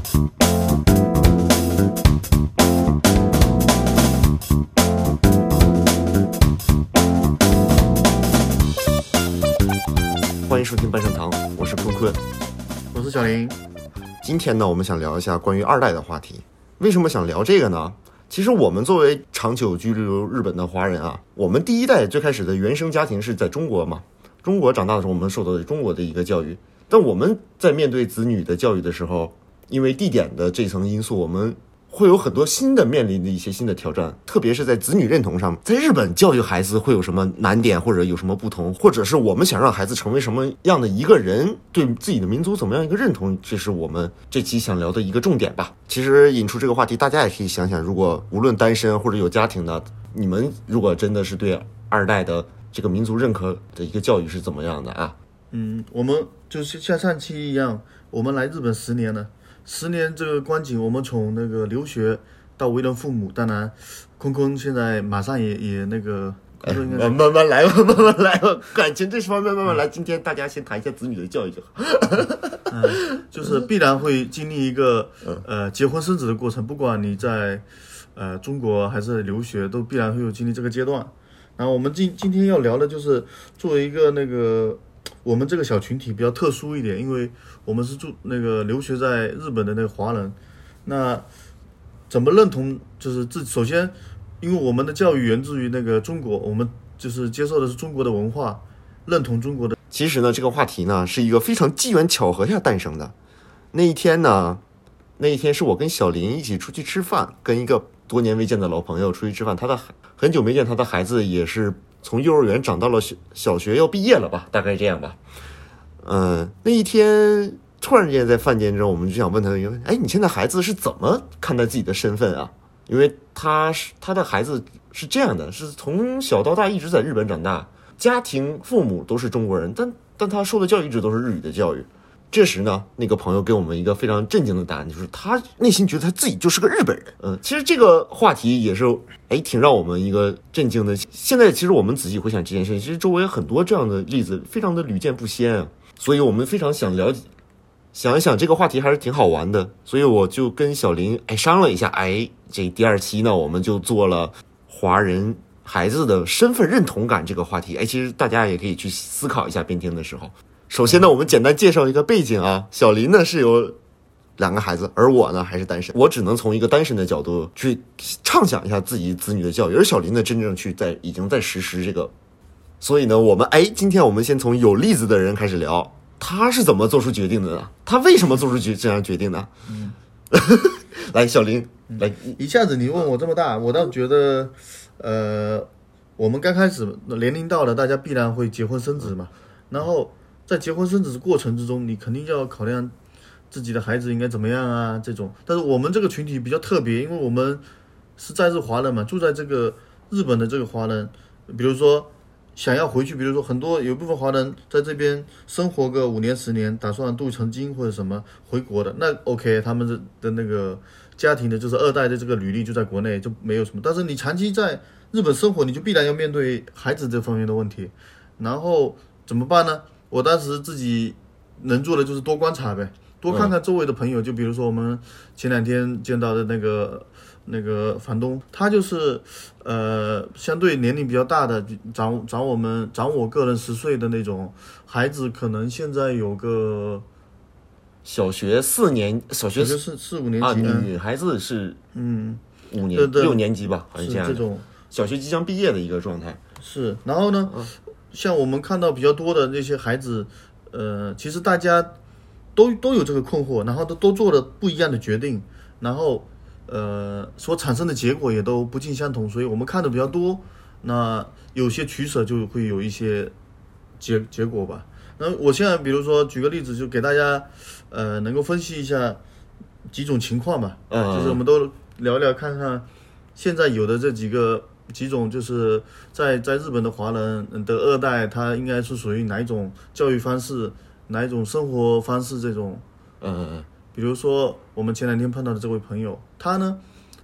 欢迎收听半盛堂，我是坤坤， 我是小林。 今天呢，我们想聊一下关于二代的话题。为什么想聊这个呢？其实我们作为长久居留日本的华人啊，我们第一代最开始的原生家庭是在中国嘛，中国长大的时候，我们受到的中国的一个教育。但我们在面对子女的教育的时候，因为地点的这层因素，我们会有很多新的面临的一些新的挑战，特别是在子女认同上，在日本教育孩子会有什么难点，或者有什么不同，或者是我们想让孩子成为什么样的一个人，对自己的民族怎么样一个认同，这是我们这期想聊的一个重点吧。其实引出这个话题，大家也可以想想，如果无论单身或者有家庭的，你们如果真的是对二代的这个民族认可的一个教育是怎么样的啊？ 我们就是像上期一样，我们来日本10年了，10年这个光景，我们从那个留学到为人父母，当然，坤坤现在马上也那个， 慢慢来吧，慢慢来吧，感情这方面慢慢来。今天大家先谈一下子女的教育就好。 就是必然会经历一个结婚生子的过程，不管你在中国还是留学，都必然会有经历这个阶段。然后我们今天要聊的就是作为一个那个我们这个小群体比较特殊一点，因为我们是留学在日本的那个华人，那怎么认同就是首先，因为我们的教育源自于那个中国，我们就是接受的是中国的文化，认同中国的。 其实呢，这个话题呢是一个非常机缘巧合下诞生的。那一天是我跟小林一起出去吃饭，跟一个多年未见的老朋友出去吃饭，很久没见，他的孩子也是从幼儿园长到了小学要毕业了吧，大概这样吧。那一天突然间在饭间中，我们就想问他一个，你现在孩子是怎么看待自己的身份啊？因为他的孩子是这样的，是从小到大一直在日本长大，家庭父母都是中国人，但他受的教育一直都是日语的教育。这时呢，那个朋友给我们一个非常震惊的答案，就是他内心觉得他自己就是个日本人。其实这个话题也是挺让我们一个震惊的。现在其实我们仔细回想这件事，其实周围有很多这样的例子，非常的屡见不鲜啊。所以我们非常想了解，想一想这个话题还是挺好玩的。所以我就跟小林商量一下，这第2期呢，我们就做了华人孩子的身份认同感这个话题。其实大家也可以去思考一下，边听的时候。首先呢，我们简单介绍一个背景啊。小林呢是有2个孩子，而我呢还是单身。我只能从一个单身的角度去畅想一下自己子女的教育，而小林呢真正已经在实施这个。所以呢，今天我们先从有例子的人开始聊，他是怎么做出决定的呢？他为什么做出这样决定呢？来，小林，来， 一下子你问我这么大，我倒觉得，我们刚开始年龄到了，大家必然会结婚生子嘛，然后在结婚生子的过程之中，你肯定就要考量自己的孩子应该怎么样啊这种。但是我们这个群体比较特别，因为我们是在日华人嘛，住在这个日本的这个华人，比如说想要回去，比如说有一部分华人在这边生活个5年10年，打算镀层金或者什么回国的，那 OK， 他们的那个家庭的就是2代的这个履历就在国内就没有什么。但是你长期在日本生活，你就必然要面对孩子这方面的问题，然后怎么办呢？我当时自己能做的就是多观察呗，多看看周围的朋友。就比如说我们前2天见到的那个房东，他就是相对年龄比较大的，长我个人10岁的那种孩子，可能现在有个小学4年，小学 4、5年级女孩子是5年6年级吧，好像这样，这种小学即将毕业的一个状态。 是，然后呢，像我们看到比较多的那些孩子，其实大家都有这个困惑，然后都做了不一样的决定，然后所产生的结果也都不尽相同，所以我们看的比较多，那有些取舍就会有一些结果吧。那我现在比如说举个例子，就给大家能够分析一下几种情况吧，就是我们都聊聊看看现在有的这几种，就是在日本的华人的2代，他应该是属于哪一种教育方式，哪一种生活方式这种。比如说我们前2天碰到的这位朋友，他的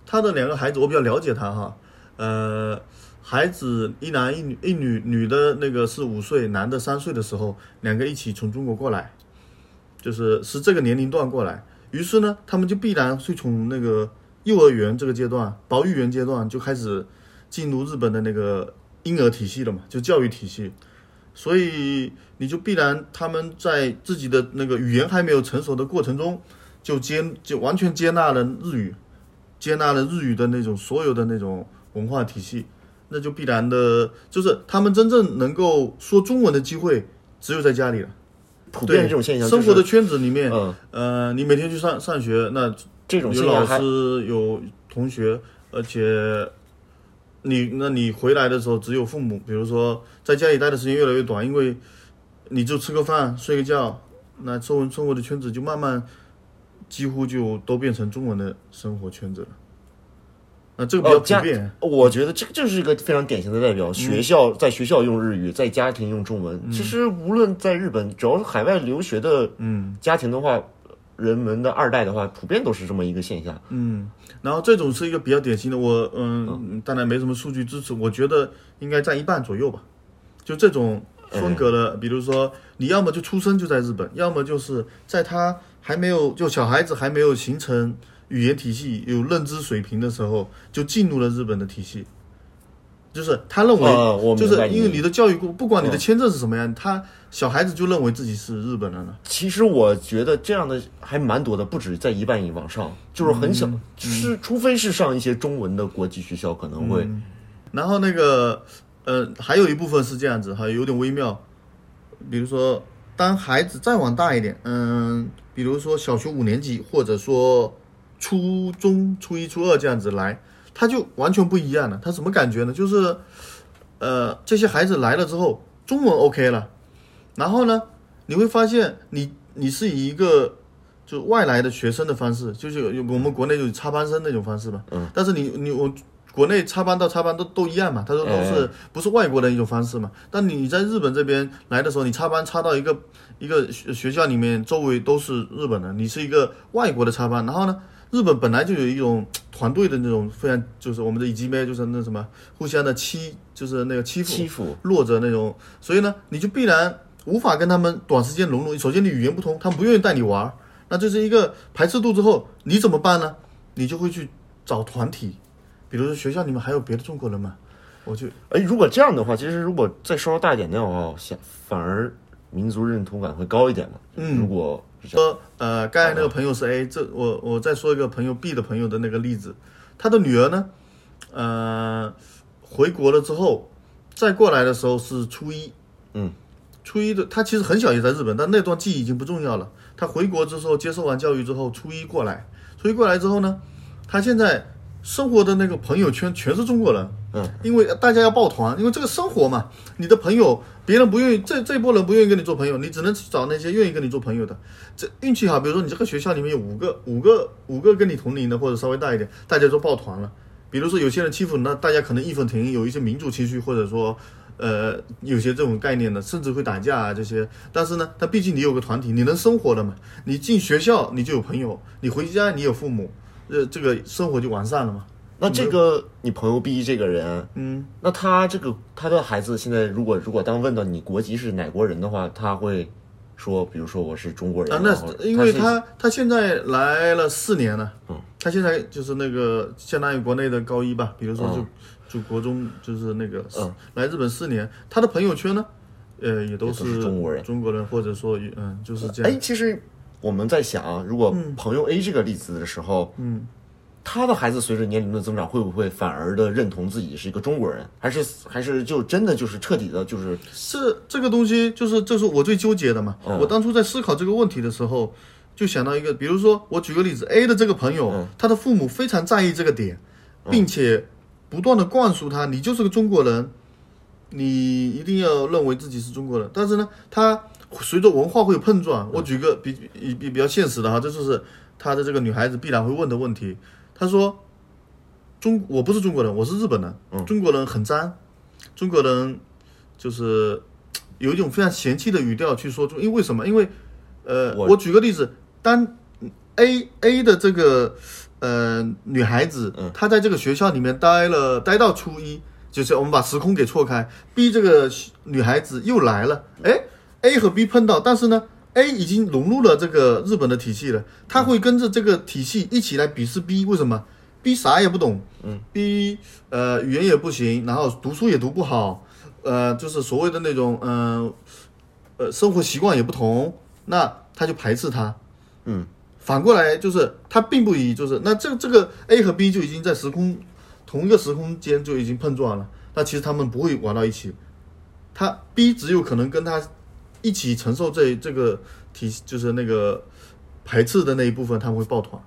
2个孩子我比较了解他哈，孩子一男一女，女的那个是5岁，男的3岁的时候，2个一起从中国过来，就是这个年龄段过来。 于是呢，他们就必然会从那个幼儿园这个阶段、保育园阶段就开始进入日本的那个婴儿体系了嘛，就教育体系。所以你就必然他们在自己的那个语言还没有成熟的过程中，就完全接纳了日语，接纳了日语的那种所有的那种文化体系，那就必然的，就是他们真正能够说中文的机会只有在家里了。 普遍这种现象、 生活的圈子里面，你每天去上学，那这种有老师有同学，而且你回来的时候只有父母，比如说在家里待的时间越来越短，因为你就吃个饭睡个觉，那生活的圈子就慢慢几乎就都变成中文的生活圈子了。那这个比较普遍， 我觉得这个就是一个非常典型的代表。在学校用日语，在家庭用中文。其实无论在日本，只要是海外留学的家庭的话，人们的二代的话，普遍都是这么一个现象。 然后这种是一个比较典型的，当然没什么数据支持，我觉得应该占一半左右吧。就这种风格的，比如说你要么就出生就在日本，要么就是在他还没有就小孩子还没有形成语言体系有认知水平的时候，就进入了日本的体系。就是他认为，就是因为你的教育不管你的签证是什么样，他小孩子就认为自己是日本人了。 其实我觉得这样的还蛮多的，不止在一半以上，就是很小，除非是上一些中文的国际学校可能会。 然后那个还有一部分是这样子，还有点微妙。比如说，当孩子再往大一点，比如说小学5年级，或者说初中初1、初2这样子来。他就完全不一样了，他什么感觉呢？就是这些孩子来了之后，中文 OK 了，然后呢，你会发现你是以一个就外来的学生的方式，就是我们国内有插班生那种方式嘛，但是我国内插班到插班都一样嘛，他说都是不是外国的一种方式嘛。但你在日本这边来的时候，你插班插到一个学校里面，周围都是日本人，你是一个外国的插班，然后呢？日本本来就有一种团队的那种非常，就是我们的以及妹，就是那什么互相的就是那个欺负弱者那种，所以呢，你就必然无法跟他们短时间融入。首先你语言不通，他们不愿意带你玩，那这是一个排斥度之后，你怎么办呢？你就会去找团体，比如说学校里面还有别的中国人嘛， 如果这样的话，其实如果再稍微大一点的话，反而民族认同感会高一点嘛。如果说刚才那个朋友是 A， 我再说一个朋友 B 的朋友的那个例子，他的女儿呢，回国了之后，再过来的时候是初一，初一的他其实很小也在日本，但那段记忆已经不重要了。他回国之后接受完教育之后，初一过来之后呢，他现在生活的那个朋友圈全是中国人，因为大家要抱团，因为这个生活嘛，你的朋友别人不愿意，这波人不愿意跟你做朋友，你只能去找那些愿意跟你做朋友的。这运气好，比如说你这个学校里面有五个跟你同龄的或者稍微大一点，大家都抱团了。比如说有些人欺负你，那大家可能义愤填膺，有一些民族情绪，或者说有些这种概念的，甚至会打架啊这些。但是呢，但毕竟你有个团体，你能生活的嘛，你进学校你就有朋友，你回家你有父母，这个生活就完善了嘛。 那这个你朋友 B 这个人，那他的孩子现在如果当问到你国籍是哪国人的话，他会说，比如说我是中国人。 那因为他现在来了4年了，他现在就是那个相当于国内的高一吧，比如说就国中就是那个来日本4年，他的朋友圈呢，也都是中国人，或者说就是这样。 其实我们在想，如果朋友 A 这个例子的时候，他的孩子随着年龄的增长，会不会反而的认同自己是一个中国人，还是就真的就是彻底的就是这个东西，这是我最纠结的嘛。我当初在思考这个问题的时候，就想到一个，比如说我举个例子 ，A 的这个朋友，他的父母非常在意这个点，并且不断的灌输他，你就是个中国人，你一定要认为自己是中国人。但是呢，他随着文化会有碰撞。我举个比较现实的哈，这就是他的这个女孩子必然会问的问题。他说我不是中国人，我是日本人。中国人很脏，中国人就是有一种非常嫌弃的语调去说，因为什么？因为我举个例子，当 A 的这个女孩子，她在这个学校里面待到初一，就是我们把时空给错开 ，B 这个女孩子又来了，A 和 B 碰到，但是呢， A 已经融入了这个日本的体系了，他会跟着这个体系一起来鄙视 B， 为什么 ？B 啥也不懂，B 语言也不行，然后读书也读不好，就是所谓的那种生活习惯也不同，那他就排斥他。反过来就是他并不以就是那这个 A 和 B 就已经在同一个时空间就已经碰撞了，那其实他们不会玩到一起，他 B 只有可能跟他一起承受这个就是那个排斥的那一部分，他们会抱团。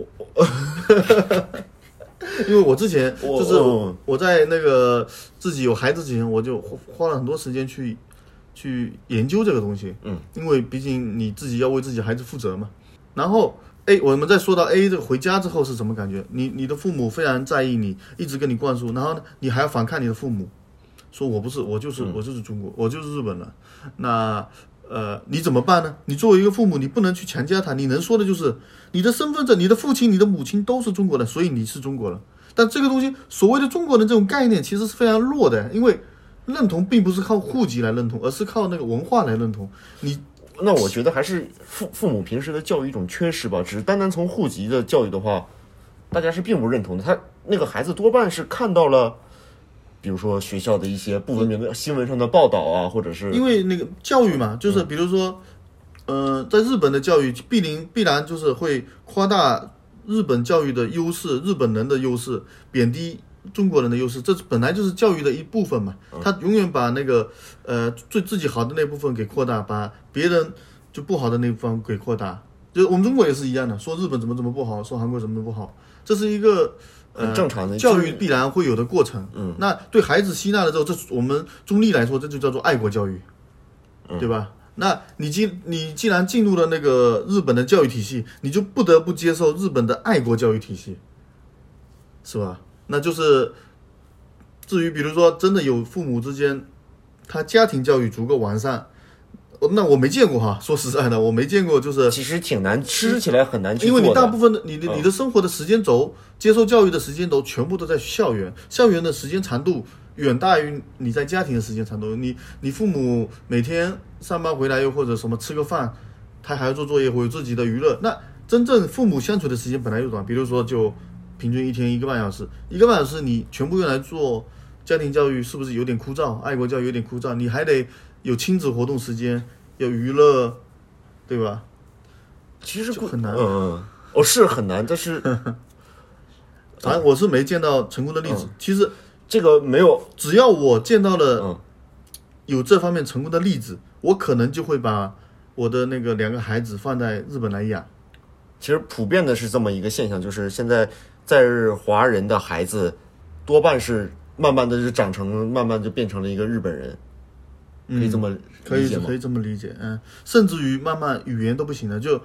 因为我之前就是我在那个自己有孩子之前，我就花了很多时间去研究这个东西。因为毕竟你自己要为自己孩子负责嘛。然后我们再说到 A 这个回家之后是什么感觉？你的父母非常在意你，一直跟你灌输，然后呢，你还要反抗你的父母，说我不是，我就是中国，我就是日本人。那你怎么办呢？你作为一个父母，你不能去强加他，你能说的就是你的身份证、你的父亲、你的母亲都是中国人，所以你是中国人。但这个东西，所谓的中国人这种概念其实是非常弱的，因为认同并不是靠户籍来认同，而是靠那个文化来认同。 那我觉得还是父母平时的教育一种缺失吧，只是单单从户籍的教育的话，大家是并不认同的。他那个孩子多半是看到了，比如说学校的一些不文明的新闻上的报道啊，或者是因为那个教育嘛，就是比如说，在日本的教育必然就是会夸大日本教育的优势，日本人的优势，贬低中国人的优势，这本来就是教育的一部分嘛。他永远把那个自己好的那部分给扩大，把别人就不好的那部分给扩大。就我们中国也是一样的，说日本怎么不好，说韩国怎么不好，这是一个很正常的教育必然会有的过程。那对孩子吸纳了之后，这我们中立来说，这就叫做爱国教育，对吧？那你既然进入了那个日本的教育体系，你就不得不接受日本的爱国教育体系，是吧？那就是至于比如说真的有父母之间，他家庭教育足够完善，那我没见过哈，说实在的，我没见过，就是其实挺难吃起来很难去做的， 因为你大部分的你的生活的时间轴，接受教育的时间轴全部都在校园的时间长度远大于你在家庭的时间长度。你父母每天上班回来又或者什么吃个饭，他还要做作业或有自己的娱乐，那真正父母相处的时间本来就短，比如说就平均一天1个半小时，1个半小时你全部用来做家庭教育，是不是有点枯燥？爱国教育有点枯燥，你还得有亲子活动时间，有娱乐，对吧？ 其实很难。 是很难，但是反正我是没见到成功的例子。其实这个没有， 只要我见到了有这方面成功的例子，我可能就会把我的那个2个孩子放在日本来养。 其实普遍的是这么一个现象，就是现在在日华人的孩子多半是慢慢的就长成，慢慢就变成了一个日本人，可以这么理解吗？ 可以这么理解。甚至于慢慢语言都不行了，就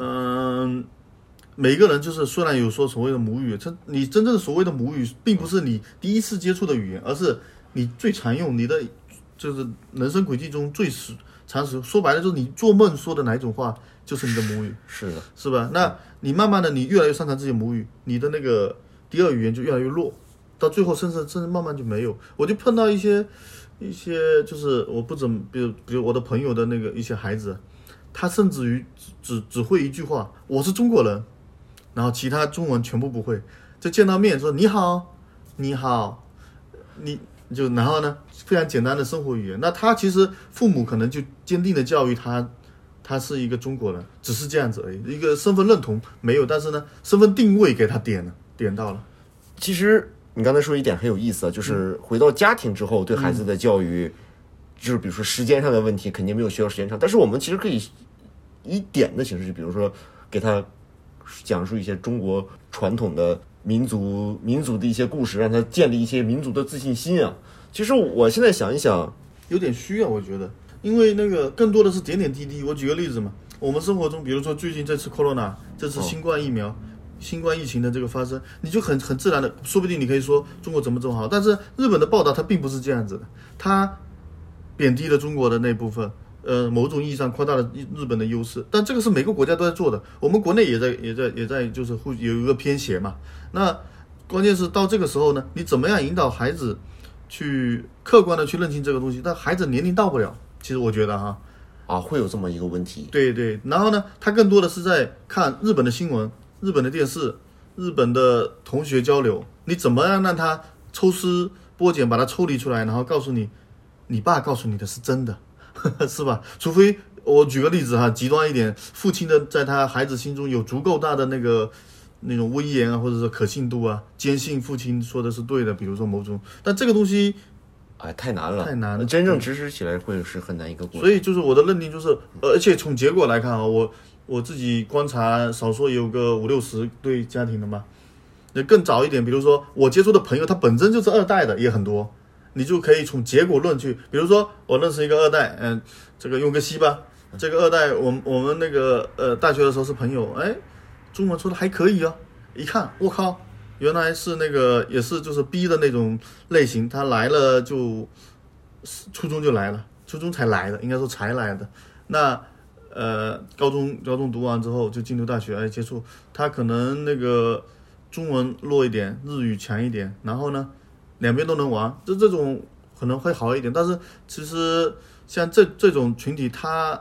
每个人就是虽然有说所谓的母语，你真正所谓的母语并不是你第一次接触的语言，而是你最常用，你的就是人生轨迹中最常识，说白了就是你做梦说的哪一种话就是你的母语。 是的， 是吧？那你慢慢的你越来越擅长自己母语，你的那个第二语言就越来越弱，到最后甚至慢慢就没有。我就碰到一些就是我不怎么比如我的朋友的那个一些孩子，他甚至于只会一句话，我是中国人，然后其他中文全部不会，就见到面说你好，然后呢非常简单的生活语言。那他其实父母可能就坚定的教育他是一个中国人，只是这样子而已，一个身份认同没有，但是呢身份定位给他点到了。 其实你刚才说一点很有意思啊，就是回到家庭之后对孩子的教育，就是比如说时间上的问题肯定没有学校时间长，但是我们其实可以以点的形式，比如说给他讲述一些中国传统的民族的一些故事，让他建立一些民族的自信心啊。其实我现在想一想， 有点需要，我觉得，因为那个更多的是点点滴滴。我举个例子嘛，我们生活中，比如说最近这次 corona， 这次新冠疫苗。新冠疫情的这个发生，你就很自然的，说不定你可以说中国怎么好，但是日本的报道它并不是这样子的，它贬低了中国的那部分，某种意义上夸大了日本的优势，但这个是每个国家都在做的，我们国内也在就是有一个偏斜嘛。那关键是到这个时候呢，你怎么样引导孩子去客观的去认清这个东西？但孩子年龄到不了，其实我觉得哈， 啊，会有这么一个问题。 对对，然后呢，他更多的是在看日本的新闻、日本的电视、日本的同学交流，你怎么样让他抽丝剥茧把它抽离出来，然后告诉你，你爸告诉你的是真的，是吧？除非我举个例子哈，极端一点，父亲的在他孩子心中有足够大的那种威严啊，或者说可信度啊，坚信父亲说的是对的，比如说某种，但这个东西。 哎，太难了， 太难了， 真正实施起来会是很难一个过程。 所以就是我的认定就是，而且从结果来看啊，我自己观察，少说也有个50-60对家庭的嘛。那更早一点，比如说我接触的朋友，他本身就是2代的也很多，你就可以从结果论去，比如说我认识一个2代，这个用个西吧，这个2代，我们那个大学的时候是朋友，哎，中文说的还可以啊，一看我靠。原来是那个也是就是逼的那种类型，他来了就初中就来了，初中才来的，应该说才来的。那高中读完之后就进入大学，接触他可能那个中文弱一点，日语强一点，然后呢两边都能玩，这种可能会好一点。但是其实像这种群体，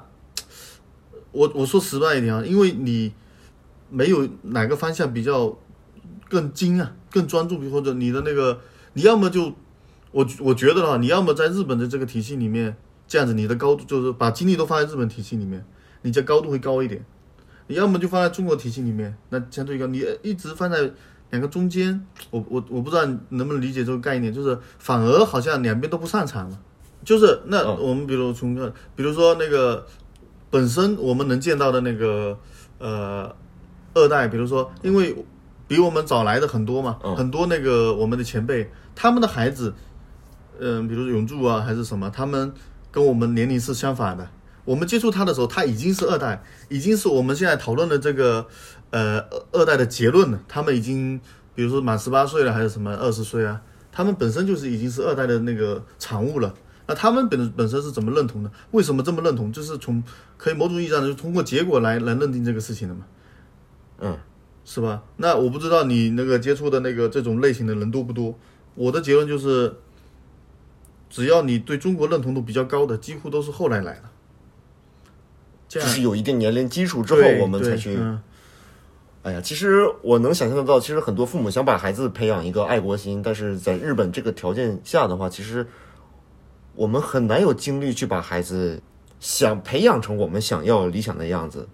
我说实在一点啊，因为你没有哪个方向比较。更精啊，更专注，或者你的那个，你要么就，我觉得哈，你要么在日本的这个体系里面，这样子你的高度就是把精力都放在日本体系里面，你这高度会高一点；你要么就放在中国体系里面，那相对高。你一直放在两个中间，我不知道你能不能理解这个概念，就是反而好像两边都不擅长了。就是那我们比如说那个本身我们能见到的那个2代，比如说因为。比我们早来的很多嘛，很多那个我们的前辈，他们的孩子，比如永驻啊还是什么，他们跟我们年龄是相反的。我们接触他的时候，他已经是2代，已经是我们现在讨论的这个2代的结论了。他们已经比如说满18岁了还是什么20岁啊，他们本身就是已经是2代的那个产物了。那他们本身是怎么认同的？为什么这么认同？就是可以某种意义上就是通过结果来认定这个事情的嘛。是吧？那我不知道你那个接触的那个这种类型的人多不多？我的结论就是，只要你对中国认同度比较高的，几乎都是后来的。 就是有一定年龄基础之后，我们才去。哎呀，其实我能想象得到，其实很多父母想把孩子培养一个爱国心，但是在日本这个条件下的话，其实我们很难有精力去把孩子想培养成我们想要理想的样子。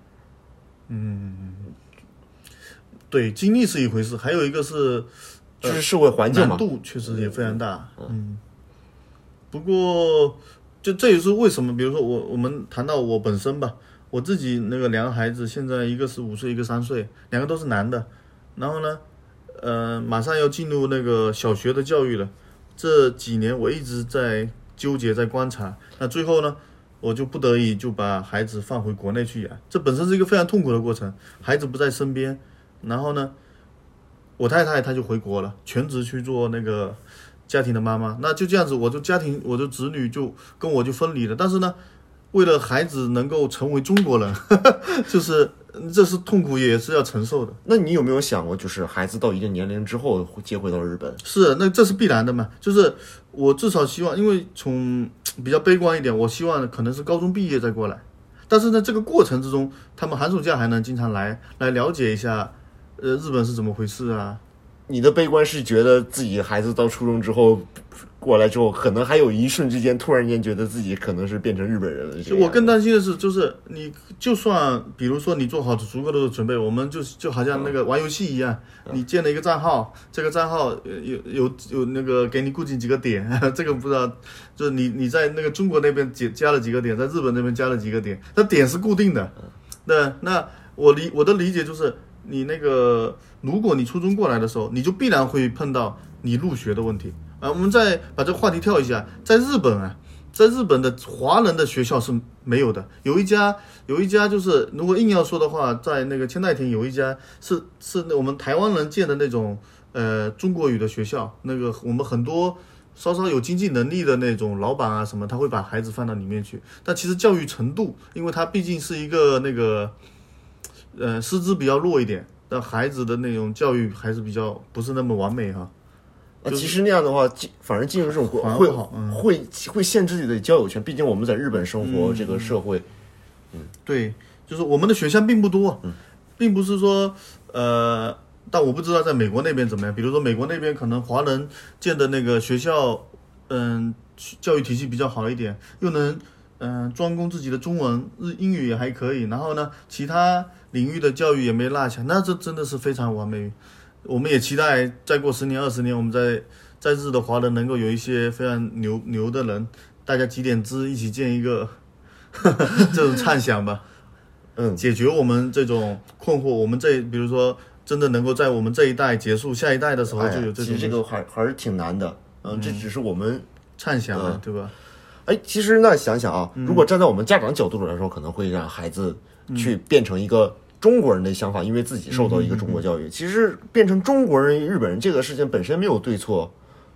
对，精力是一回事，还有一个是， 就是社会环境嘛， 难度确实也非常大。不过这也是为什么，比如说我们谈到我本身吧，我自己那个2个孩子，现在一个是5岁，一个3岁，2个都是男的。然后呢，马上要进入那个小学的教育了。这几年我一直在纠结，在观察。那最后呢，我就不得已就把孩子放回国内去养。这本身是一个非常痛苦的过程，孩子不在身边。然后呢，我太太她就回国了，全职去做那个家庭的妈妈。那就这样子，我的子女就跟我就分离了。但是呢，为了孩子能够成为中国人，就是这是痛苦也是要承受的。 那你有没有想过，就是孩子到一定年龄之后接回到日本？ 是，那这是必然的嘛。就是我至少希望，因为从比较悲观一点，我希望可能是高中毕业再过来。但是呢，这个过程之中，他们寒暑假还能经常来了解一下。日本是怎么回事啊？ 你的悲观是觉得自己孩子到初中之后过来之后，可能还有一瞬之间突然间觉得自己可能是变成日本人了。 我更担心的是，就是你就算比如说你做好足够的准备，我们就好像那个玩游戏一样，你建了一个账号，这个账号有那个给你固定几个点，这个不知道，就是你在那个中国那边加了几个点，在日本那边加了几个点，它点是固定的。那我的理解就是。你那个，如果你初中过来的时候，你就必然会碰到你入学的问题我们再把这个话题跳一下，在日本的华人的学校是没有的。有一家就是如果硬要说的话，在那个千代田有一家是我们台湾人建的那种中国语的学校。那个我们很多稍稍有经济能力的那种老板啊什么，他会把孩子放到里面去。但其实教育程度，因为它毕竟是一个那个。师资比较弱一点，但孩子的那种教育还是比较不是那么完美哈。 其实那样的话，反而进入这种会限制自己的交友圈。毕竟我们在日本生活，这个社会对，就是我们的选项并不多，并不是说但我不知道在美国那边怎么样。比如说美国那边可能华人建的那个学校，教育体系比较好一点，又能专攻自己的中文、英语也还可以，然后呢，其他领域的教育也没落下，那这真的是非常完美。我们也期待再过10年、20年，我们在日的华人能够有一些非常牛的人，大家集点资一起建一个这种畅想吧。解决我们这种困惑。我们比如说真的能够在我们这一代结束，下一代的时候就有这种。 其实这个还是挺难的。这只是我们畅想对吧？ 其实呢，想想啊，如果站在我们家长角度来说，可能会让孩子去变成一个中国人的想法，因为自己受到一个中国教育。其实变成中国人、日本人这个事情本身没有对错。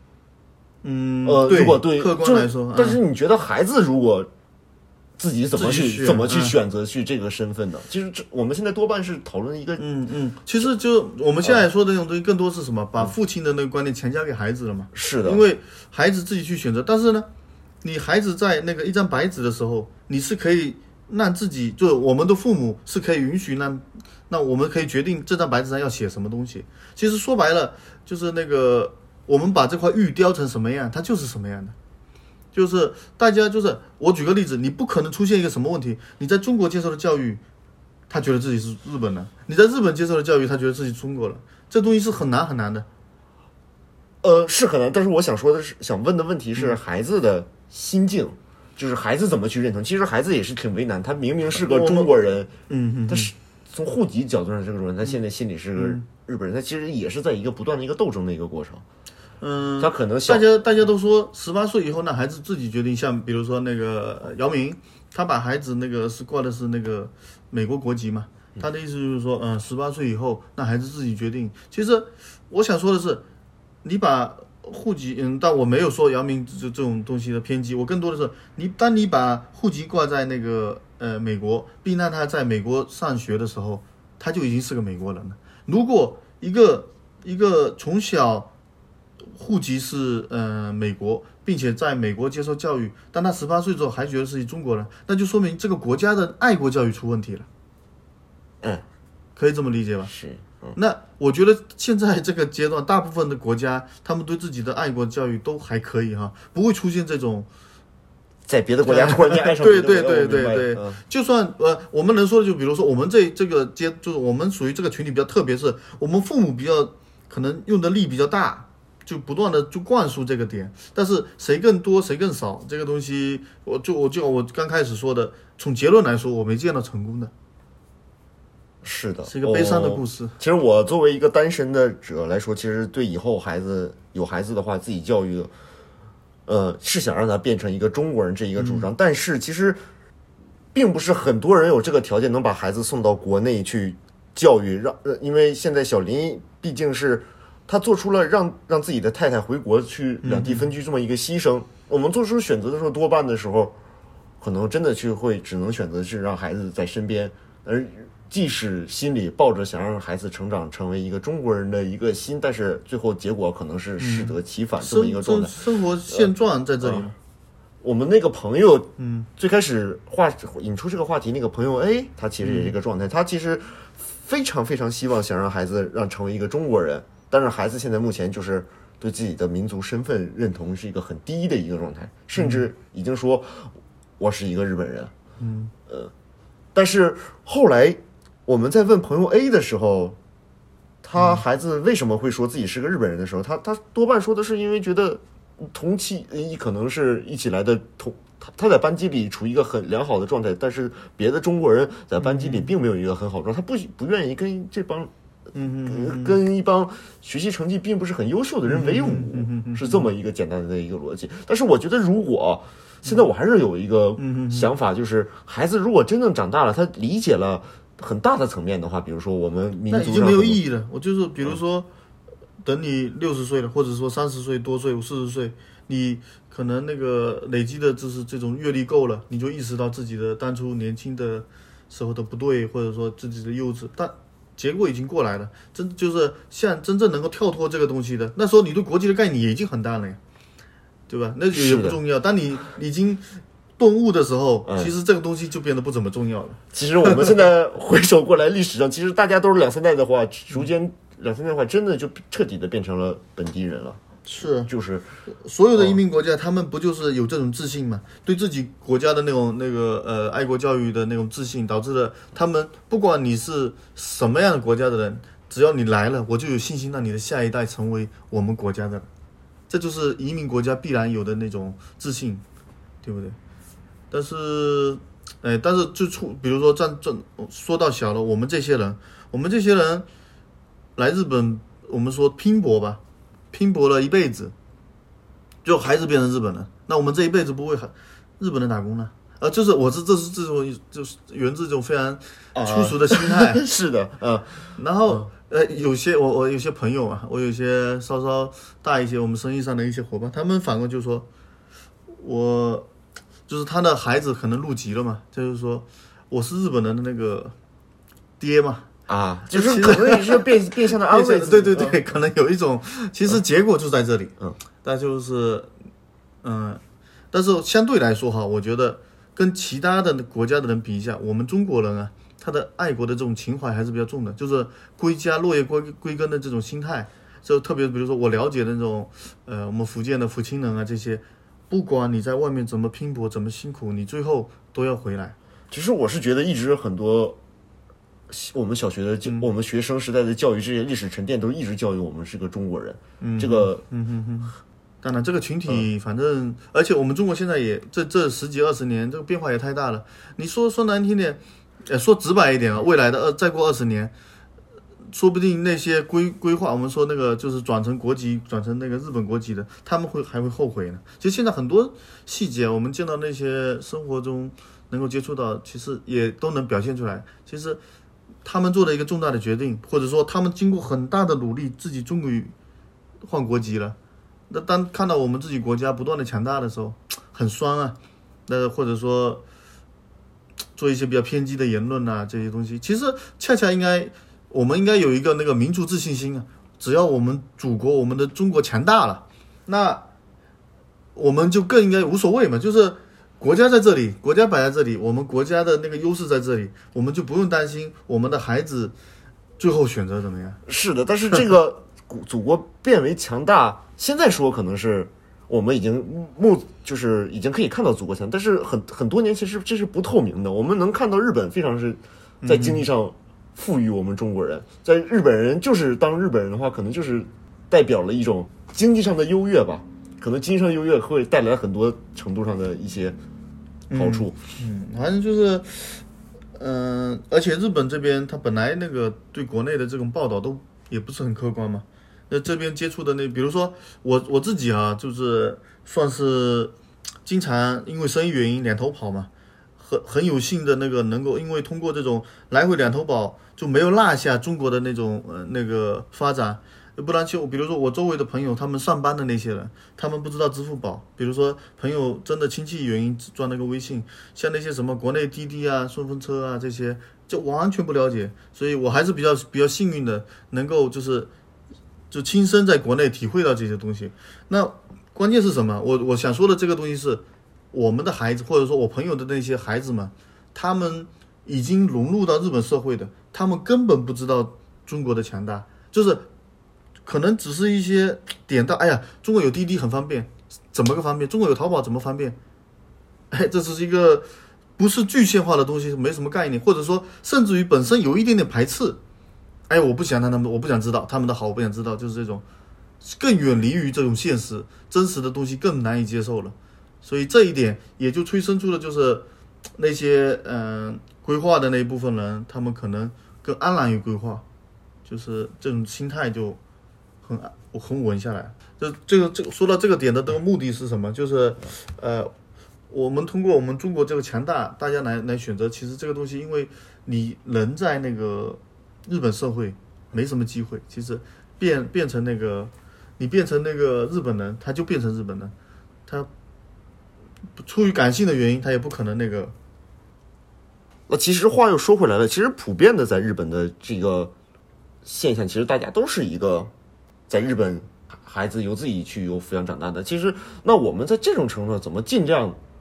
如果对客观来说， 但是你觉得孩子如果自己怎么去选择去这个身份呢？其实我们现在多半是讨论一个其实就我们现在说的那种东西，更多是什么？把父亲的那个观念强加给孩子了嘛？ 是的， 因为孩子自己去选择，但是呢，你孩子在那个一张白纸的时候，你是可以让自己，就我们的父母是可以允许那我们可以决定这张白纸上要写什么东西。其实说白了，就是那个我们把这块玉雕成什么样，它就是什么样的。就是大家就是我举个例子，你不可能出现一个什么问题，你在中国接受的教育，他觉得自己是日本人；你在日本接受的教育，他觉得自己中国人。这东西是很难很难的。 是很难，但是我想说的是，想问的问题是孩子的心境，就是孩子怎么去认同。其实孩子也是挺为难，他明明是个中国人，他是从户籍角度上这个人，他现在心里是个日本人，他其实也是在一个不断的一个斗争的一个过程。他可能大家都说18岁以后，那孩子自己决定。像比如说那个姚明，他把孩子那个是挂的是那个美国国籍嘛，他的意思就是说，18岁以后，那孩子自己决定。其实我想说的是，你把户籍，但我没有说姚明这种东西的偏激，我更多的是当你把户籍挂在那个美国，并让他在美国上学的时候，他就已经是个美国人了。如果一个从小户籍是美国，并且在美国接受教育，但他18岁之后还觉得是中国人，那就说明这个国家的爱国教育出问题了。可以这么理解吧？ 是。 那我觉得现在这个阶段，大部分的国家他们对自己的爱国教育都还可以哈，不会出现这种在别的国家突然间爱上对，就算我们能说的就比如说我们这个就是我们属于这个群体比较特别，是我们父母比较可能用的力比较大，就不断的就灌输这个点，但是谁更多谁更少这个东西，我刚开始说的，从结论来说，我没见到成功的。 是的， 是一个悲伤的故事。 其实我作为一个单身的者来说，其实对以后有孩子的话，自己教育是想让他变成一个中国人这一个主张，但是其实并不是很多人有这个条件能把孩子送到国内去教育，因为现在小林毕竟是他做出了让自己的太太回国去两地分居这么一个牺牲。我们做出选择的时候，多半的时候可能真的只能选择是让孩子在身边，而即使心里抱着想让孩子成长成为一个中国人的一个心，但是最后结果可能是适得其反这么一个状态。 生活现状在这里。 我们那个朋友，最开始引出这个话题，那个朋友 A， 他其实也是一个状态，他其实非常非常希望想让孩子成为一个中国人，但是孩子现在目前就是对自己的民族身份认同是一个很低的一个状态，甚至已经说我是一个日本人。但是后来我们在问朋友 A 的时候，他孩子为什么会说自己是个日本人的时候，他多半说的是因为觉得同期可能是一起来的他在班级里处于一个很良好的状态，但是别的中国人在班级里并没有一个很好的状态，他不愿意跟这帮跟一帮学习成绩并不是很优秀的人为伍，是这么一个简单的一个逻辑。但是我觉得如果现在我还是有一个想法，就是孩子如果真正长大了，他理解了很大的层面的话，比如说我们民族上那已经没有意义了。我就是比如说等你60岁了，或者说30岁多岁40岁，你可能那个累积的就是这种阅历够了，你就意识到自己的当初年轻的时候的不对，或者说自己的幼稚，但结果已经过来了。就是像真正能够跳脱这个东西的，那时候你对国际的概念也已经很淡了呀，对吧？那也不重要。当你已经顿悟的时候，其实这个东西就变得不怎么重要了。 其实我们现在回首过来，历史上其实大家都是2、3代的话，逐渐2、3代的话，真的就彻底的变成了本地人了。 是， 就是所有的移民国家，他们不就是有这种自信吗？对自己国家的爱国教育的那种自信，导致了他们不管你是什么样的国家的人，只要你来了，我就有信心让你的下一代成为我们国家的。这就是移民国家必然有的那种自信，对不对？但是比如说说到小了，我们这些人来日本，我们说拼搏吧。拼搏了一辈子，就孩子变成日本人，那我们这一辈子不为日本人打工呢？这是这种就是源自这种非常粗俗的心态。 是的， 然后有些我有些朋友啊，我有些稍稍大一些，我们生意上的一些伙伴，他们反过就说，我就是他的孩子可能入籍了嘛，就是说我是日本人的那个爹嘛。 就是可能也是变相的安慰。 对，可能有一种，其实结果就在这里。但就是，但是相对来说哈，我觉得跟其他的国家的人比一下，我们中国人啊，他的爱国的这种情怀还是比较重的，就是归家落叶归根的这种心态。就特别比如说我了解的那种，我们福建的福清人啊，这些，不管你在外面怎么拼搏，怎么辛苦，你最后都要回来。 其实我是觉得一直很多。我们小学的我们学生时代的教育，这些历史沉淀都一直教育我们是个中国人。这个， 当然这个群体，反正而且我们中国现在也这10几20年，这个变化也太大了。你说难听点，说直白一点啊，未来的再过20年，说不定那些规划，我们说那个就是转成国籍，转成那个日本国籍的，他们还会后悔呢。其实现在很多细节，我们见到那些生活中能够接触到，其实也都能表现出来。其实。他们做了一个重大的决定，或者说他们经过很大的努力，自己终于换国籍了。那当看到我们自己国家不断的强大的时候，很酸啊。那或者说做一些比较偏激的言论啊，这些东西，其实恰恰我们应该有一个那个民族自信心啊。只要我们祖国，我们的中国强大了，那我们就更应该无所谓嘛，就是。国家在这里，国家摆在这里，我们国家的那个优势在这里，我们就不用担心我们的孩子最后选择怎么样。是的，但是这个祖国变为强大，现在说可能是我们已经就是已经可以看到祖国强大，但是很多年其实这是不透明的。我们能看到日本非常是在经济上富裕我们中国人，在日本人就是当日本人的话，可能就是代表了一种经济上的优越吧，可能经济上的优越会带来很多程度上的一些。好处， 反正就是，而且日本这边它本来那个对国内的这种报道都也不是很客观嘛。那这边接触的比如说我自己啊，就是算是经常因为生意原因两头跑嘛，很有幸的能够因为通过这种来回两头跑，就没有落下中国的那种那个发展。不然比如说我周围的朋友，他们上班的那些人，他们不知道支付宝。比如说朋友真的亲戚原因装那个微信，像那些什么国内滴滴啊、顺风车啊这些，就完全不了解。所以我还是比较幸运的，能够就亲身在国内体会到这些东西。那关键是什么？我想说的这个东西是，我们的孩子或者说我朋友的那些孩子们，他们已经融入到日本社会的，他们根本不知道中国的强大，就是。可能只是一些点到，哎呀，中国有滴滴很方便，怎么个方便？中国有淘宝怎么方便？这只是一个不是具象化的东西，没什么概念，或者说甚至于本身有一点点排斥。我不想我不想知道他们的好，我不想知道，就是这种更远离于这种现实，真实的东西更难以接受了。所以这一点也就催生出了，就是那些规划的那一部分人，他们可能更安然于规划，就是这种心态就。很稳下来。这个说到这个点的这个目的是什么？就是我们通过我们中国这个强大，大家来选择。其实这个东西，因为你人在那个日本社会没什么机会，其实变成那个你变成那个日本人，他就变成日本人，他出于感性的原因，他也不可能那个。 其实话又说回来了，其实普遍的在日本的这个现象，其实大家都是一个。在日本，孩子由自己去由抚养长大的。其实，那我们在这种程度上怎么尽量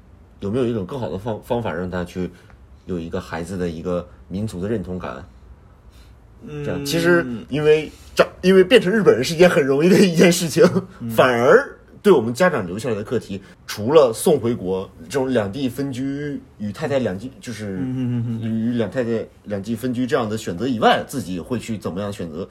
有没有一种更好的方法让他去有一个孩子的一个民族的认同感？这样其实因为变成日本人是一件很容易的一件事情，反而对我们家长留下来的课题，除了送回国这种两地分居与太太两地就是与两太太两地分居这样的选择以外，自己会去怎么样选择？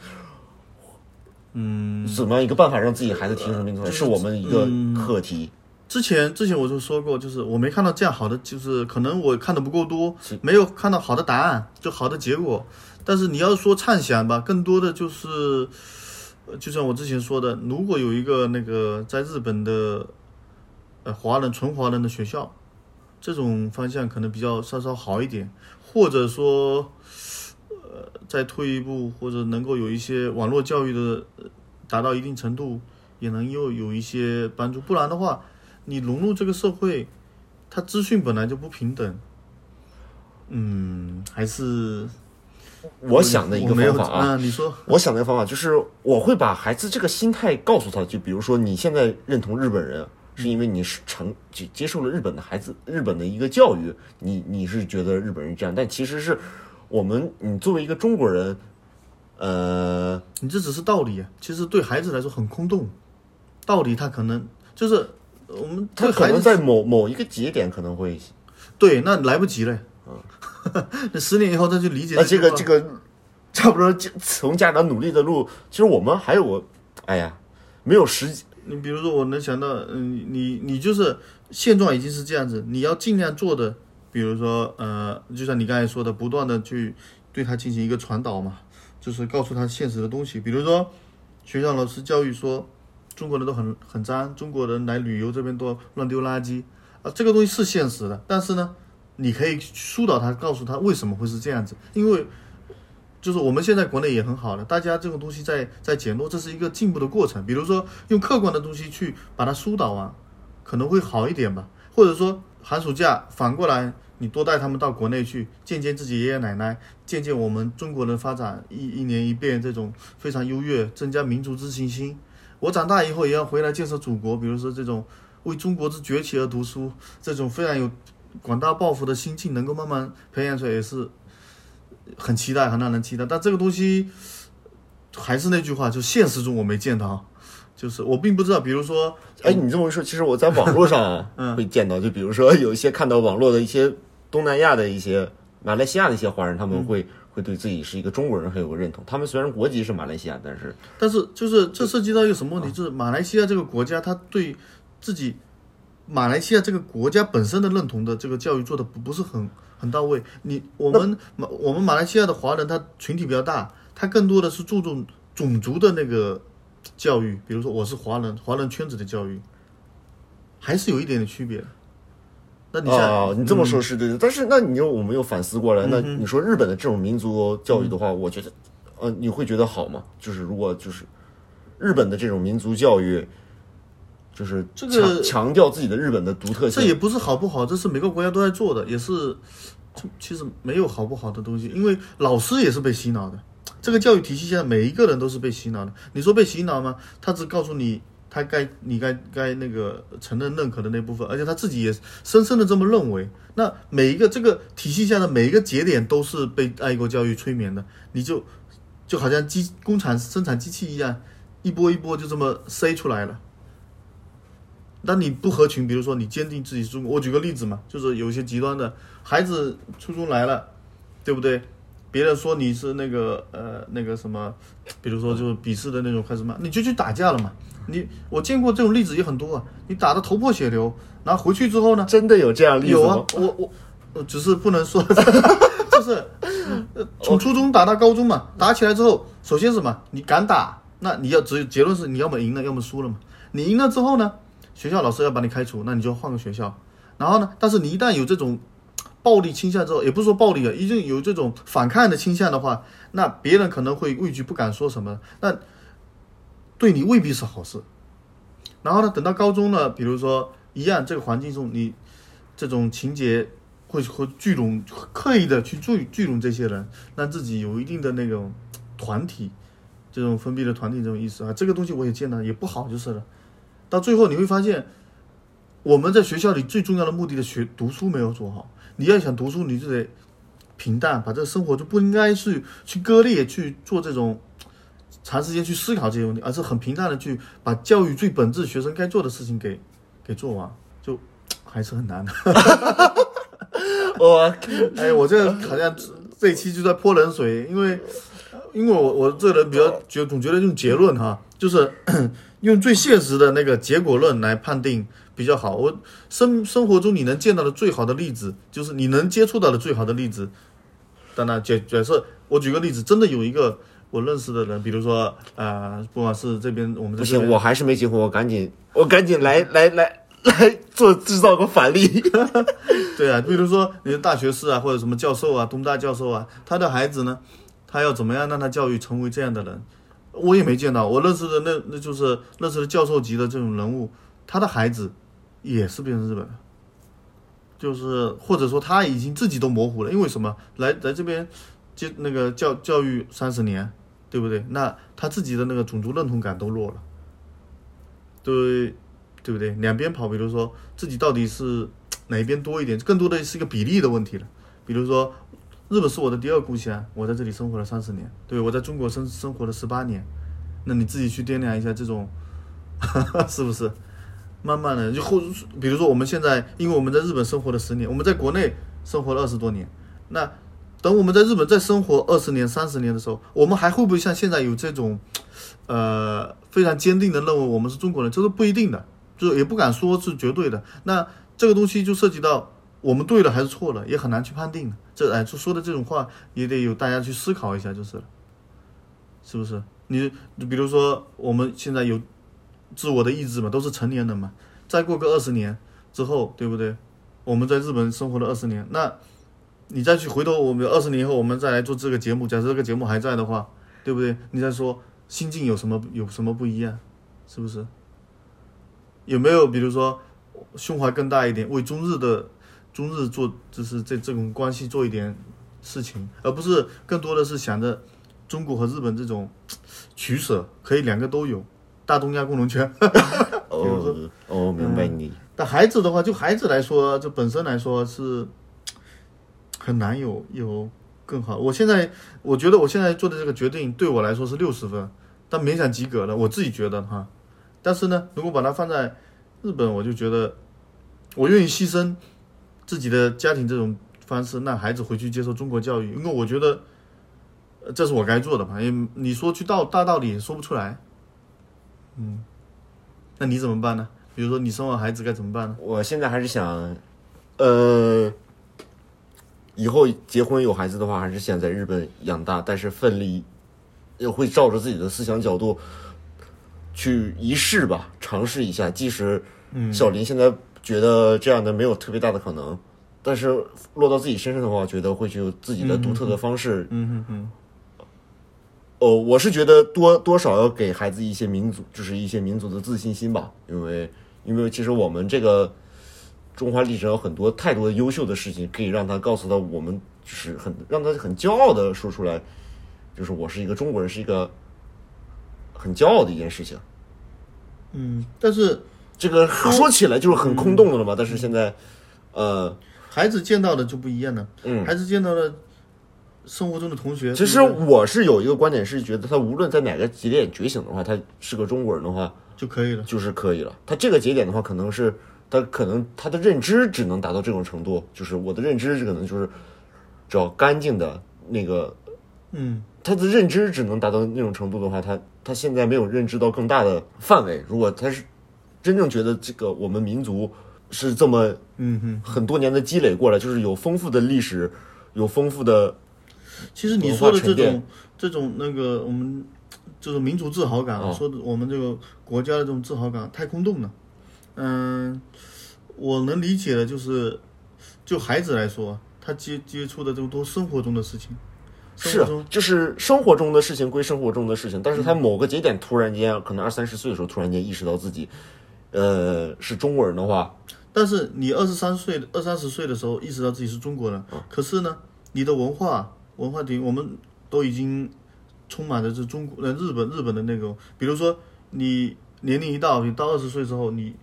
怎么样一个办法让自己孩子提升民族感，是我们一个课题。 之前我就说过，就是我没看到这样好的，就是可能我看的不够多，没有看到好的答案，就好的结果。但是你要说畅想吧，更多的就是，就像我之前说的，如果有一个那个在日本的纯华人的学校，这种方向可能比较稍稍好一点，或者说再退一步，或者能够有一些网络教育的达到一定程度，也能又有一些帮助。不然的话，你融入这个社会，它资讯本来就不平等。还是我想的一个方法啊， 你说， 我想的一个方法就是我会把孩子这个心态告诉他，就比如说你现在认同日本人，是因为你是接受了日本的孩子，日本的一个教育，你是觉得日本人这样，但其实是你作为一个中国人， 你这只是道理啊，其实对孩子来说很空洞，道理他可能就是我们他可能在某一个节点可能会， 对，那来不及了。那10年以后再去理解。 那这个差不多从家长努力的路，其实我们还有没有时间。 你比如说，我能想到，你就是现状已经是这样子，你要尽量做的，比如说就像你刚才说的，不断的去对他进行一个传导嘛，就是告诉他现实的东西。比如说，学校老师教育说，中国人都很脏，中国人来旅游这边都乱丢垃圾这个东西是现实的，但是呢，你可以疏导他，告诉他为什么会是这样子，因为就是我们现在国内也很好了，大家这种东西在减弱，这是一个进步的过程。比如说用客观的东西去把它疏导可能会好一点吧。或者说寒暑假反过来，你多带他们到国内去见见自己爷爷奶奶，见见我们中国的发展一年一变这种非常优越，增加民族自信心。我长大以后也要回来建设祖国，比如说这种为中国之崛起而读书，这种非常有广大抱负的心境能够慢慢培养出来，也是很期待，很让人期待。但这个东西还是那句话，就现实中我没见到，就是我并不知道。比如说， 你这么说，其实我在网络上会见到，就比如说有一些看到网络的一些东南亚的一些马来西亚的一些华人，他们会对自己是一个中国人很有个认同。他们虽然国籍是马来西亚，但是就是这涉及到一个什么问题，就是马来西亚这个国家，他对自己马来西亚这个国家本身的认同的这个教育做的不是很到位。我们马来西亚的华人，他群体比较大，他更多的是注重种族的那个教育，比如说我是华人圈子的教育，还是有一点点区别的。那你这么说是对的，但是那我们又反思过来，那你说日本的这种民族教育的话，我觉得你会觉得好吗？就是如果就是日本的这种民族教育，就是强调自己的日本的独特性， 这也不是好不好，这是每个国家都在做的，也是其实没有好不好的东西，因为老师也是被洗脑的。这个教育体系下每一个人都是被洗脑的。你说被洗脑吗？他只告诉你你该那个承认认可的那部分，而且他自己也深深的这么认为。那每一个这个体系下的每一个节点都是被爱国教育催眠的，你就好像工厂生产机器一样，一波一波就这么塞出来了。当你不合群，比如说你坚定自己是中国，我举个例子嘛，就是有一些极端的孩子初中来了，对不对？别人说你是那个什么，比如说就是鄙视的那种开始骂，你就去打架了嘛。我见过这种例子也很多啊，你打得头破血流，然后回去之后呢， 真的有这样例子吗？ 有啊，我只是不能说，就是从初中打到高中嘛，打起来之后，首先是什么？你敢打，那你要结论是你要么赢了，要么输了嘛。你赢了之后呢，学校老师要把你开除，那你就换个学校。然后呢，但是你一旦有这种暴力倾向之后，也不是说暴力了，已经有这种反抗的倾向的话，那别人可能会畏惧不敢说什么，那对你未必是好事。然后呢，等到高中呢，比如说一样这个环境中，你这种情节会聚拢，刻意的去聚拢这些人，让自己有一定的那种团体，这种封闭的团体这种意思啊，这个东西我也见到，也不好就是了。到最后你会发现， 我们在学校里最重要的目的的读书没有做好。你要想读书，你就得平淡，把这个生活就不应该去割裂，去做这种长时间去思考这些问题，而是很平淡的去把教育最本质学生该做的事情给做完，就还是很难的。我这好像这一期就在泼冷水，因为我这个人比较总觉得用结论哈，就是用最现实的那个结果论来判定比较好。我生活中你能见到的最好的例子，就是你能接触到的最好的例子。当然，假设我举个例子，真的有一个我认识的人，比如说不管是这边我们不行，我还是没结婚，我赶紧来制造个反例。 对啊，比如说你的大学士啊，或者什么教授啊，东大教授啊，他的孩子呢，他要怎么样让他教育成为这样的人？我也没见到，我认识的那就是认识的教授级的这种人物，他的孩子也是变成日本的，就是或者说他已经自己都模糊了，因为什么？来这边接那个教育30年，对不对？那他自己的那个种族认同感都弱了，对不对？两边跑，比如说自己到底是哪一边多一点，更多的是一个比例的问题了。比如说，日本是我的第二故乡，我在这里生活了30年，对，我在中国生活了18年，那你自己去掂量一下这种，是不是？慢慢的，比如说我们现在，因为我们在日本生活了10年，我们在国内生活了20多年，那等我们在日本再生活20年、30年的时候，我们还会不会像现在有这种，非常坚定的认为我们是中国人？这是不一定的。就也不敢说是绝对的，那这个东西就涉及到我们对了还是错了，也很难去判定。就说的这种话，也得有大家去思考一下，就是了，是不是？你比如说我们现在有自我的意志嘛，都是成年人嘛，再过个20年之后，对不对？我们在日本生活了20年，那你再去回头，我们20年以后我们再来做这个节目，假设这个节目还在的话，对不对？你再说心境有什么不一样，是不是？有没有比如说胸怀更大一点，为中日做，就是这种关系做一点事情，而不是更多的是想着中国和日本这种取舍，可以两个都有，大东亚共荣圈。 明白你。 但孩子的话，就孩子来说，就本身来说是很难有更好。我觉得我现在做的这个决定对我来说是60分，但勉强及格了，我自己觉得哈。但是呢，如果把它放在日本，我就觉得我愿意牺牲自己的家庭这种方式，让孩子回去接受中国教育，因为我觉得这是我该做的嘛。因为你说去大道理也说不出来，那你怎么办呢？比如说你生完孩子该怎么办呢？ 我现在还是想，以后结婚有孩子的话，还是想在日本养大，但是奋力也会照着自己的思想角度去一试吧，尝试一下。即使小林现在觉得这样的没有特别大的可能，但是落到自己身上的话，觉得会有自己的独特的方式。我是觉得多少要给孩子一些民族的自信心吧，因为其实我们这个中华历史上有很多太多的优秀的事情，可以让他告诉他我们，就是让他很骄傲的说出来，就是我是一个中国人，是一个很骄傲的一件事情。 但是这个说起来就是很空洞的了嘛。但是现在， 孩子见到的就不一样了。孩子见到了生活中的同学。 其实我是有一个观点，是觉得他无论在哪个节点觉醒的话，他是个中国人的话就可以了， 就是可以了。他这个节点的话，可能他的认知只能达到这种程度，就是我的认知可能就是找干净的那个，他的认知只能达到那种程度的话，他现在没有认知到更大的范围。如果他是真正觉得这个我们民族是这么很多年的积累过来，就是有丰富的历史，有丰富的。 其实你说的这种那个我们就是民族自豪感，说的我们这个国家的这种自豪感太空洞了。我能理解的就孩子来说，他接触的这么多生活中的事情， 就是生活中的事情归生活中的事情，但是他某个节点突然间可能20-30岁的时候突然间意识到自己是中国人的话， 但是你20-30岁的时候意识到自己是中国人，可是呢，你的文化底我们都已经充满着是中国日本的那种，比如说你年龄一到，你到20岁之后，你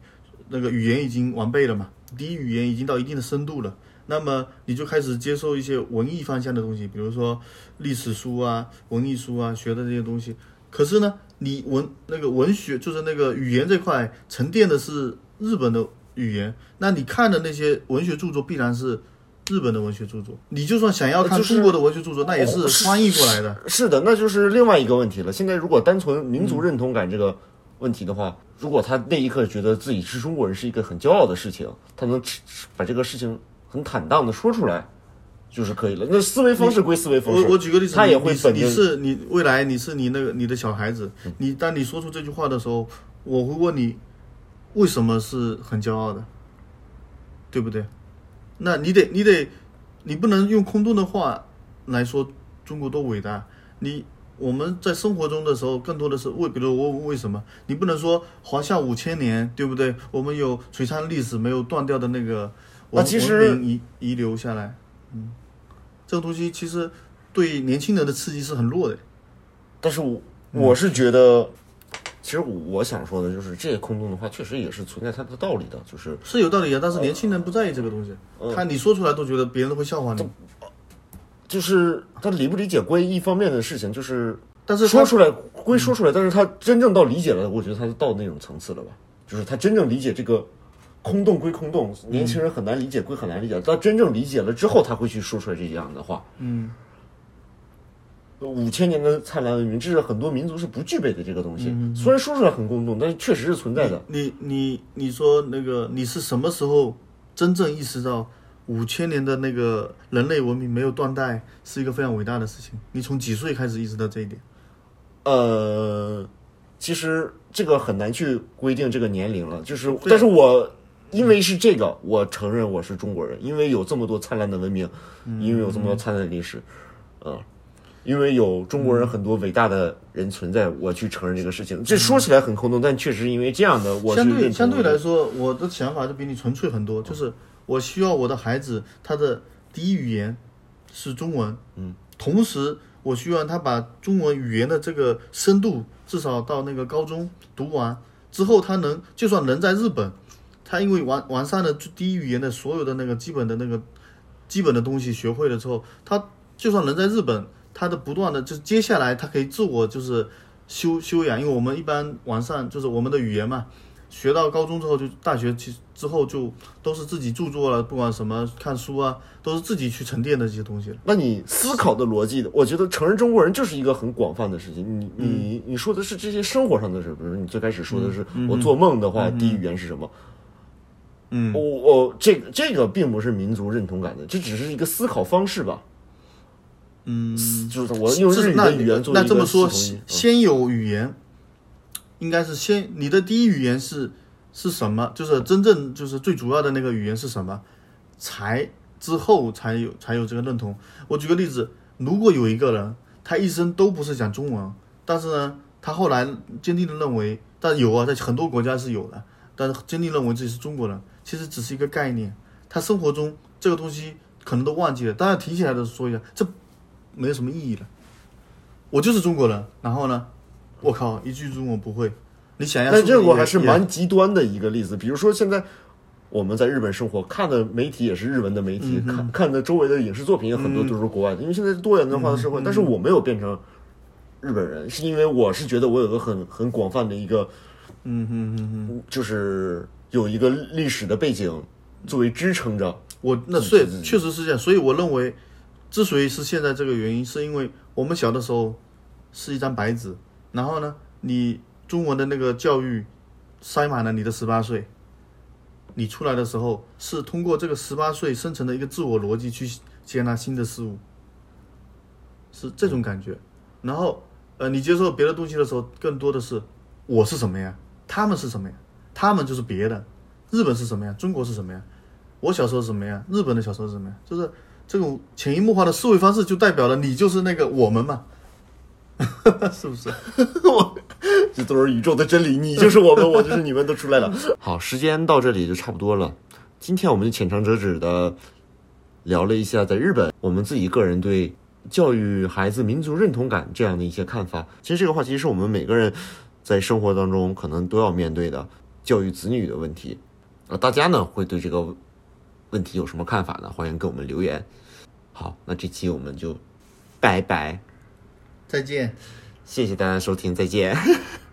那个语言已经完备了嘛，第一语言已经到一定的深度了，那么你就开始接受一些文艺方向的东西，比如说历史书啊、文艺书啊，学的这些东西。可是呢，你那个文学就是那个语言这块沉淀的是日本的语言，那你看的那些文学著作必然是日本的文学著作，你就算想要看中国的文学著作，那也是翻译过来的。 是的，那就是另外一个问题了。现在如果单纯民族认同感这个问题的话，如果他那一刻觉得自己是中国人是一个很骄傲的事情，他能把这个事情很坦荡的说出来，就是可以了。那思维方式归思维方式， 我举个例子， 他也会本着你未来你是你的小孩子，当你说出这句话的时候，我会问你为什么是很骄傲的，对不对？那你不能用空洞的话来说中国多伟大。我们在生活中的时候，更多的是比如我为什么？你不能说华夏5000年，对不对？我们有璀璨历史没有断掉的那个文明遗留下来。这个东西其实对年轻人的刺激是很弱的。 但是我是觉得。其实我想说的就是，这些空洞的话，确实也是存在它的道理的， 是有道理啊。但是年轻人不在意这个东西，你说出来都觉得别人都会笑话你。 就是他理不理解归一方面的事情， 但是说出来归说出来，但是他真正到理解了，我觉得他到那种层次了吧。就是他真正理解这个空洞归空洞，年轻人很难理解归很难理解，他真正理解了之后，他会去说出来这样的话。5000年的灿烂文明，这是很多民族是不具备的这个东西。虽然说出来很空洞，但是确实是存在的。 你说那个你是什么时候真正意识到5000年的那个人类文明没有断代是一个非常伟大的事情？你从几岁开始意识到这一点？ 其实这个很难去规定这个年龄了。但是我因为是这个，我承认我是中国人，因为有这么多灿烂的文明，因为有这么多灿烂的历史，因为有中国人很多伟大的人存在，我去承认这个事情。这说起来很空洞，但确实因为这样的，我是相对来说，我的想法就比你纯粹很多。就是我希望我的孩子他的第一语言是中文，同时我希望他把中文语言的这个深度至少到那个高中读完之后，他就算能在日本，他因为完善了第一语言的所有的那个基本的东西学会了之后，他就算能在日本。他的不断的就是接下来他可以自我就是修养，因为我们一般完善就是我们的语言嘛，学到高中之后就大学之后就都是自己著作了，不管什么看书啊，都是自己去沉淀的这些东西。 那你思考的逻辑的，我觉得承认中国人就是一个很广泛的事情。你说的是这些生活上的事，比如你最开始说的是我做梦的话，第一语言是什么？这个并不是民族认同感的，这只是一个思考方式吧。就是我用日语的语言做一个那这么说，先有语言，应该是你的第一语言是什么？就是真正就是最主要的那个语言是什么？之后才有这个认同。我举个例子，如果有一个人他一生都不是讲中文，但是呢，他后来坚定的认为，但有啊，在很多国家是有的，但是坚定认为自己是中国人，其实只是一个概念，他生活中这个东西可能都忘记了，当然提起来的说一下，这没有什么意义了。我就是中国人，然后呢，我靠，一句中文不会，你想要？ 但这个还是蛮极端的一个例子。比如说现在我们在日本生活，看的媒体也是日文的媒体，看的周围的影视作品也很多都是国外的。因为现在是多元化的社会，但是我没有变成日本人，是因为我是觉得我有个很广泛的一个，就是有一个历史的背景作为支撑着。 确实是这样，所以我认为。之所以是现在这个原因，是因为我们小的时候是一张白纸，然后呢，你中文的那个教育塞满了你的18岁，你出来的时候是通过这个18岁生成的一个自我逻辑去接纳新的事物，是这种感觉。然后你接受别的东西的时候，更多的是我是什么呀，他们是什么呀，他们就是别的，日本是什么呀，中国是什么呀，我小时候是什么呀，日本的小时候是什么呀，就是这种潜移默化的思维方式就代表了你就是那个我们嘛，是不是？ 这都是宇宙的真理，你就是我们，我就是你们，都出来了。好，时间到这里就差不多了。今天我们就浅尝辄止的聊了一下在日本我们自己个人对教育孩子民族认同感这样的一些看法。其实这个话题是我们每个人在生活当中可能都要面对的教育子女的问题。 大家呢会对这个问题有什么看法呢？欢迎给我们留言。好，那这期我们就拜拜， 再见。 谢谢大家收听，再见。